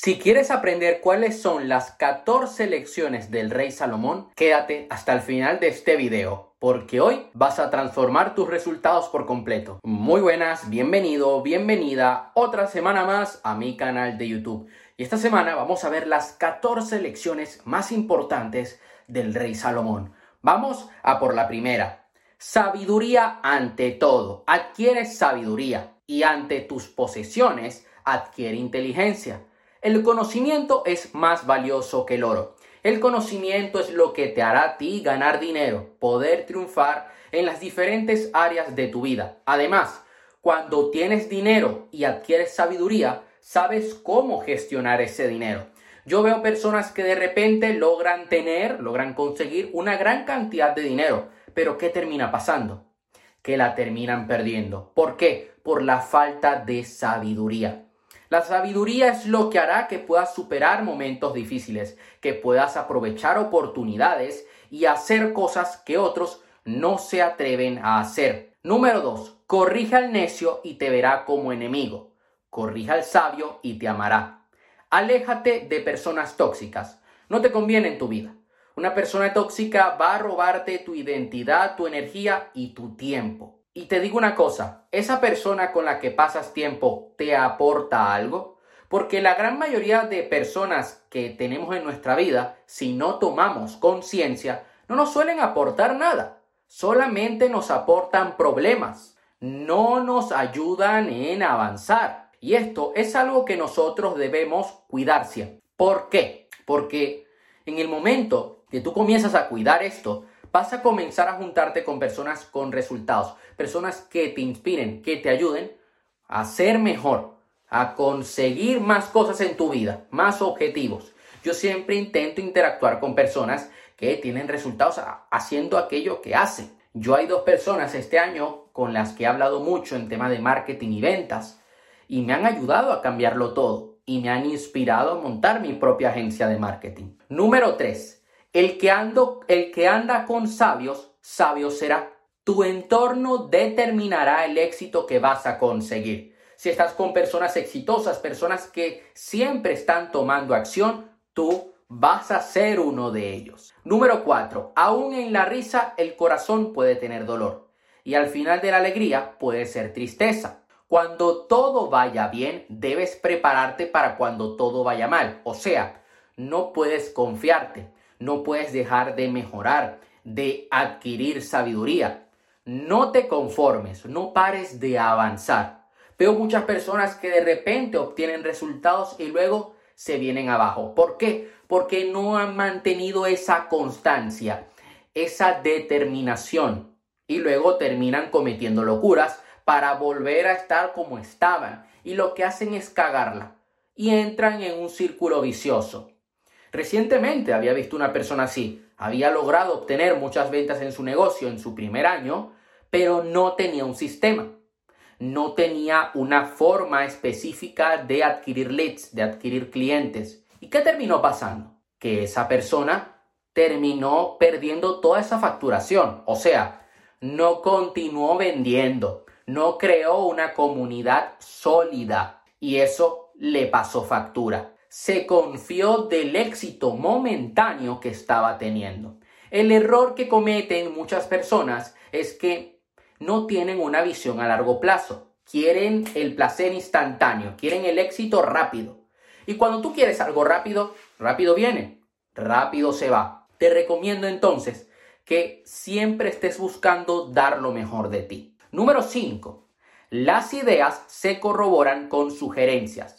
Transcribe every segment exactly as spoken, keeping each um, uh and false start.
Si quieres aprender cuáles son las catorce lecciones del Rey Salomón, quédate hasta el final de este video, porque hoy vas a transformar tus resultados por completo. Muy buenas, bienvenido, bienvenida otra semana más a mi canal de YouTube. Y esta semana vamos a ver las catorce lecciones más importantes del Rey Salomón. Vamos a por la primera. Sabiduría ante todo. Adquiere sabiduría y ante tus posesiones adquiere inteligencia. El conocimiento es más valioso que el oro. El conocimiento es lo que te hará a ti ganar dinero, poder triunfar en las diferentes áreas de tu vida. Además, cuando tienes dinero y adquieres sabiduría, sabes cómo gestionar ese dinero. Yo veo personas que de repente logran tener, logran conseguir una gran cantidad de dinero, pero ¿qué termina pasando? Que la terminan perdiendo. ¿Por qué? Por la falta de sabiduría. La sabiduría es lo que hará que puedas superar momentos difíciles, que puedas aprovechar oportunidades y hacer cosas que otros no se atreven a hacer. Número dos. Corrige al necio y te verá como enemigo. Corrige al sabio y te amará. Aléjate de personas tóxicas. No te conviene en tu vida. Una persona tóxica va a robarte tu identidad, tu energía y tu tiempo. Y te digo una cosa, ¿esa persona con la que pasas tiempo te aporta algo? Porque la gran mayoría de personas que tenemos en nuestra vida, si no tomamos conciencia, no nos suelen aportar nada. Solamente nos aportan problemas. No nos ayudan en avanzar. Y esto es algo que nosotros debemos cuidarse. ¿Por qué? Porque en el momento que tú comienzas a cuidar esto, vas a comenzar a juntarte con personas con resultados, personas que te inspiren, que te ayuden a ser mejor, a conseguir más cosas en tu vida, más objetivos. Yo siempre intento interactuar con personas que tienen resultados haciendo aquello que hacen. Yo hay dos personas este año con las que he hablado mucho en tema de marketing y ventas y me han ayudado a cambiarlo todo y me han inspirado a montar mi propia agencia de marketing. Número tres. El que, ando, el que anda con sabios, sabio será. Tu entorno determinará el éxito que vas a conseguir. Si estás con personas exitosas, personas que siempre están tomando acción, tú vas a ser uno de ellos. Número cuatro. Aún en la risa, el corazón puede tener dolor. Y al final de la alegría puede ser tristeza. Cuando todo vaya bien, debes prepararte para cuando todo vaya mal. O sea, no puedes confiarte. No puedes dejar de mejorar, de adquirir sabiduría. No te conformes, no pares de avanzar. Veo muchas personas que de repente obtienen resultados y luego se vienen abajo. ¿Por qué? Porque no han mantenido esa constancia, esa determinación. Y luego terminan cometiendo locuras para volver a estar como estaban. Y lo que hacen es cagarla. Y entran en un círculo vicioso. Recientemente había visto una persona así. Había logrado obtener muchas ventas en su negocio en su primer año, pero no tenía un sistema. No tenía una forma específica de adquirir leads, de adquirir clientes. ¿Y qué terminó pasando? Que esa persona terminó perdiendo toda esa facturación. O sea, no continuó vendiendo, no creó una comunidad sólida y eso le pasó factura. Se confió del éxito momentáneo que estaba teniendo. El error que cometen muchas personas es que no tienen una visión a largo plazo. Quieren el placer instantáneo, quieren el éxito rápido. Y cuando tú quieres algo rápido, rápido viene, rápido se va. Te recomiendo entonces que siempre estés buscando dar lo mejor de ti. Número cinco. Las ideas se corroboran con sugerencias.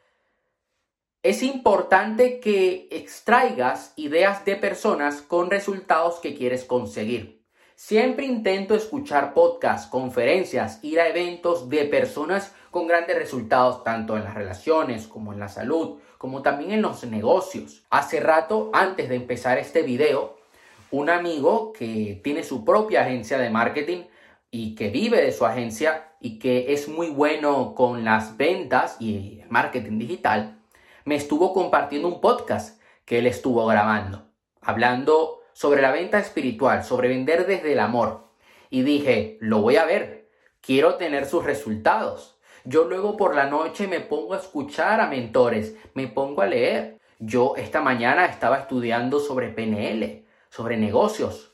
Es importante que extraigas ideas de personas con resultados que quieres conseguir. Siempre intento escuchar podcasts, conferencias, ir a eventos de personas con grandes resultados, tanto en las relaciones como en la salud, como también en los negocios. Hace rato, antes de empezar este video, un amigo que tiene su propia agencia de marketing y que vive de su agencia y que es muy bueno con las ventas y el marketing digital, me estuvo compartiendo un podcast que él estuvo grabando, hablando sobre la venta espiritual, sobre vender desde el amor. Y dije, lo voy a ver, quiero tener sus resultados. Yo luego por la noche me pongo a escuchar a mentores, me pongo a leer. Yo esta mañana estaba estudiando sobre P N L, sobre negocios.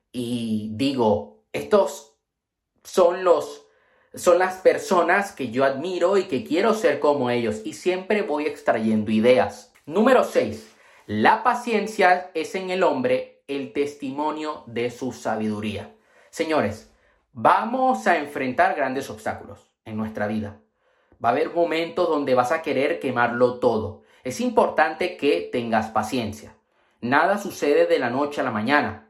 Y digo, estos son los, son las personas que yo admiro y que quiero ser como ellos. Y siempre voy extrayendo ideas. Número seis. La paciencia es en el hombre el testimonio de su sabiduría. Señores, vamos a enfrentar grandes obstáculos en nuestra vida. Va a haber momentos donde vas a querer quemarlo todo. Es importante que tengas paciencia. Nada sucede de la noche a la mañana.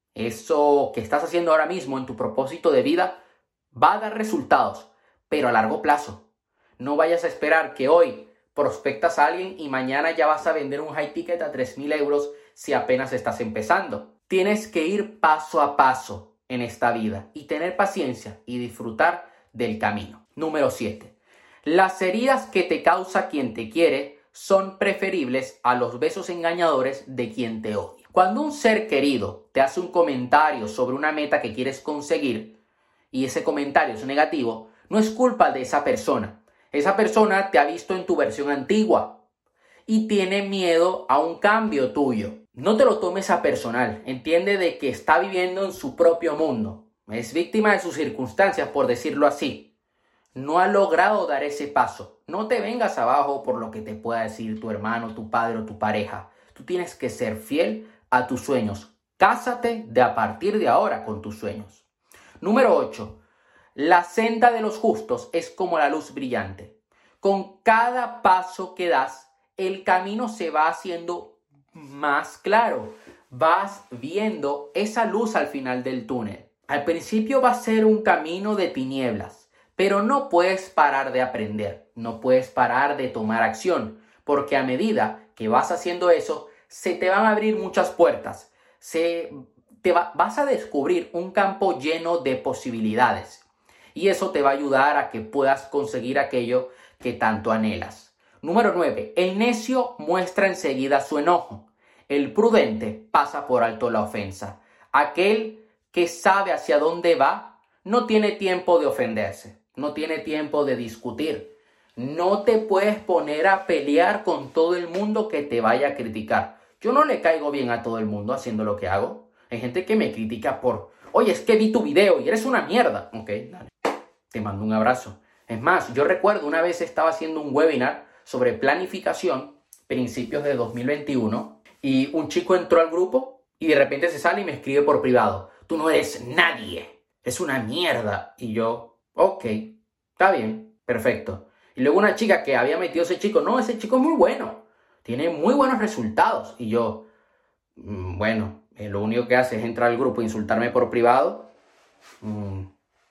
Eso que estás haciendo ahora mismo en tu propósito de vida va a dar resultados, pero a largo plazo. No vayas a esperar que hoy prospectas a alguien y mañana ya vas a vender un high ticket a tres mil euros si apenas estás empezando. Tienes que ir paso a paso en esta vida y tener paciencia y disfrutar del camino. Número siete. Las heridas que te causa quien te quiere son preferibles a los besos engañadores de quien te odia. Cuando un ser querido te hace un comentario sobre una meta que quieres conseguir y ese comentario es negativo, no es culpa de esa persona. Esa persona te ha visto en tu versión antigua y tiene miedo a un cambio tuyo. No te lo tomes a personal. Entiende de que está viviendo en su propio mundo. Es víctima de sus circunstancias, por decirlo así. No ha logrado dar ese paso. No te vengas abajo por lo que te pueda decir tu hermano, tu padre o tu pareja. Tú tienes que ser fiel a tus sueños. Cásate de a partir de ahora con tus sueños. Número ocho. La senda de los justos es como la luz brillante. Con cada paso que das, el camino se va haciendo más claro. Vas viendo esa luz al final del túnel. Al principio va a ser un camino de tinieblas, pero no puedes parar de aprender, no puedes parar de tomar acción, porque a medida que vas haciendo eso, se te van a abrir muchas puertas. Se, te va, vas a descubrir un campo lleno de posibilidades. Y eso te va a ayudar a que puedas conseguir aquello que tanto anhelas. Número nueve. El necio muestra enseguida su enojo. El prudente pasa por alto la ofensa. Aquel que sabe hacia dónde va no tiene tiempo de ofenderse. No tiene tiempo de discutir. No te puedes poner a pelear con todo el mundo que te vaya a criticar. Yo no le caigo bien a todo el mundo haciendo lo que hago. Hay gente que me critica por, oye, es que vi tu video y eres una mierda. Ok, dale. Te mando un abrazo. Es más, yo recuerdo una vez estaba haciendo un webinar sobre planificación, principios de dos mil veintiuno, y un chico entró al grupo y de repente se sale y me escribe por privado. Tú no eres nadie. Es una mierda. Y yo, ok, está bien, perfecto. Y luego una chica que había metido a ese chico, no, ese chico es muy bueno. Tiene muy buenos resultados. Y yo, mmm, bueno, eh, lo único que hace es entrar al grupo e insultarme por privado. Mm,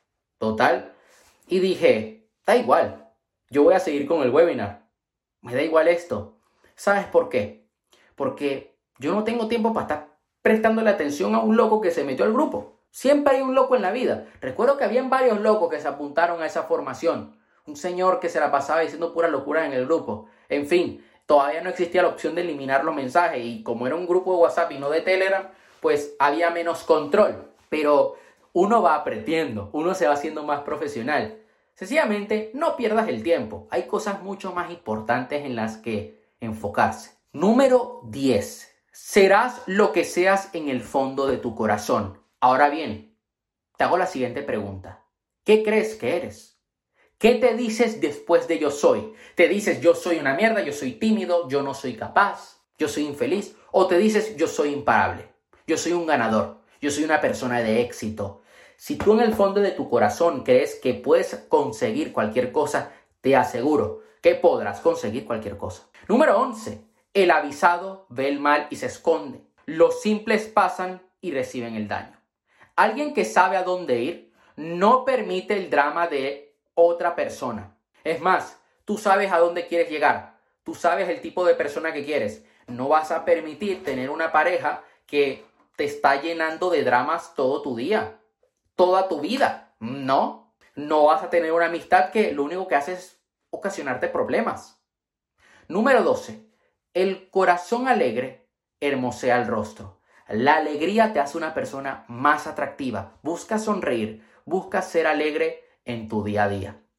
total. Y dije, da igual, yo voy a seguir con el webinar. Me da igual esto. ¿Sabes por qué? Porque yo no tengo tiempo para estar prestándole atención a un loco que se metió al grupo. Siempre hay un loco en la vida. Recuerdo que habían varios locos que se apuntaron a esa formación. Un señor que se la pasaba diciendo puras locuras en el grupo. En fin, todavía no existía la opción de eliminar los mensajes. Y como era un grupo de WhatsApp y no de Telegram, pues había menos control. Pero uno va aprendiendo, uno se va haciendo más profesional. Sencillamente, no pierdas el tiempo. Hay cosas mucho más importantes en las que enfocarse. Número diez. Serás lo que seas en el fondo de tu corazón. Ahora bien, te hago la siguiente pregunta. ¿Qué crees que eres? ¿Qué te dices después de yo soy? ¿Te dices yo soy una mierda, yo soy tímido, yo no soy capaz, yo soy infeliz? ¿O te dices yo soy imparable, yo soy un ganador, yo soy una persona de éxito? Si tú en el fondo de tu corazón crees que puedes conseguir cualquier cosa, te aseguro que podrás conseguir cualquier cosa. Número once. El avisado ve el mal y se esconde. Los simples pasan y reciben el daño. Alguien que sabe a dónde ir no permite el drama de otra persona. Es más, tú sabes a dónde quieres llegar. Tú sabes el tipo de persona que quieres. No vas a permitir tener una pareja que te está llenando de dramas todo tu día. Toda tu vida. No, no vas a tener una amistad que lo único que hace es ocasionarte problemas. Número doce. El corazón alegre hermosea el rostro. La alegría te hace una persona más atractiva. Busca sonreír, busca ser alegre en tu día a día.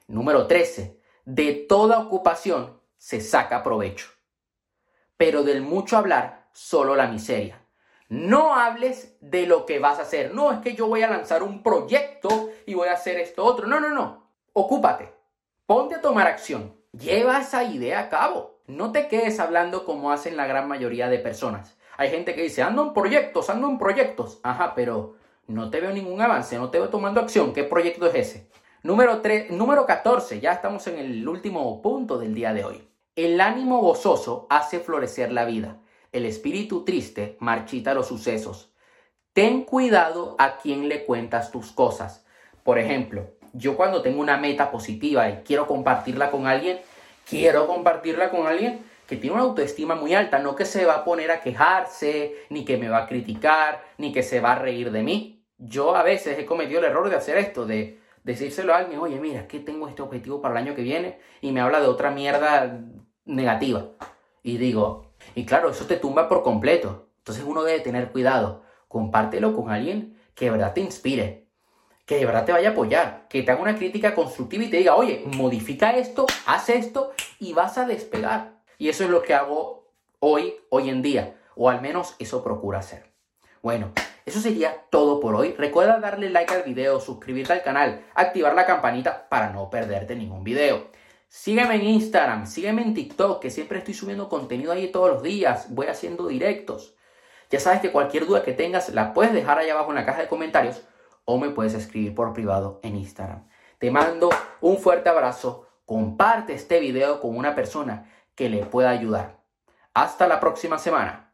Número trece. De toda ocupación se saca provecho, pero del mucho hablar solo la miseria. No hables de lo que vas a hacer. No, es que yo voy a lanzar un proyecto y voy a hacer esto otro. No, no, no. Ocúpate. Ponte a tomar acción. Lleva esa idea a cabo. No te quedes hablando como hacen la gran mayoría de personas. Hay gente que dice, ando en proyectos, ando en proyectos. Ajá, pero no te veo ningún avance, no te veo tomando acción. ¿Qué proyecto es ese? Número tres, número catorce. Ya estamos en el último punto del día de hoy. El ánimo gozoso hace florecer la vida. El espíritu triste marchita los sucesos. Ten cuidado a quién le cuentas tus cosas. Por ejemplo, yo cuando tengo una meta positiva y quiero compartirla con alguien, quiero compartirla con alguien que tiene una autoestima muy alta, no que se va a poner a quejarse, ni que me va a criticar, ni que se va a reír de mí. Yo a veces he cometido el error de hacer esto, de decírselo a alguien, oye, mira, que tengo este objetivo para el año que viene, y me habla de otra mierda negativa. Y digo... Y claro, eso te tumba por completo. Entonces uno debe tener cuidado. Compártelo con alguien que de verdad te inspire, que de verdad te vaya a apoyar, que te haga una crítica constructiva y te diga, oye, modifica esto, haz esto y vas a despegar. Y eso es lo que hago hoy, hoy en día. O al menos eso procuro hacer. Bueno, eso sería todo por hoy. Recuerda darle like al video, suscribirte al canal, activar la campanita para no perderte ningún video. Sígueme en Instagram, sígueme en TikTok, que siempre estoy subiendo contenido ahí todos los días. Voy haciendo directos. Ya sabes que cualquier duda que tengas la puedes dejar ahí abajo en la caja de comentarios o me puedes escribir por privado en Instagram. Te mando un fuerte abrazo. Comparte este video con una persona que le pueda ayudar. Hasta la próxima semana.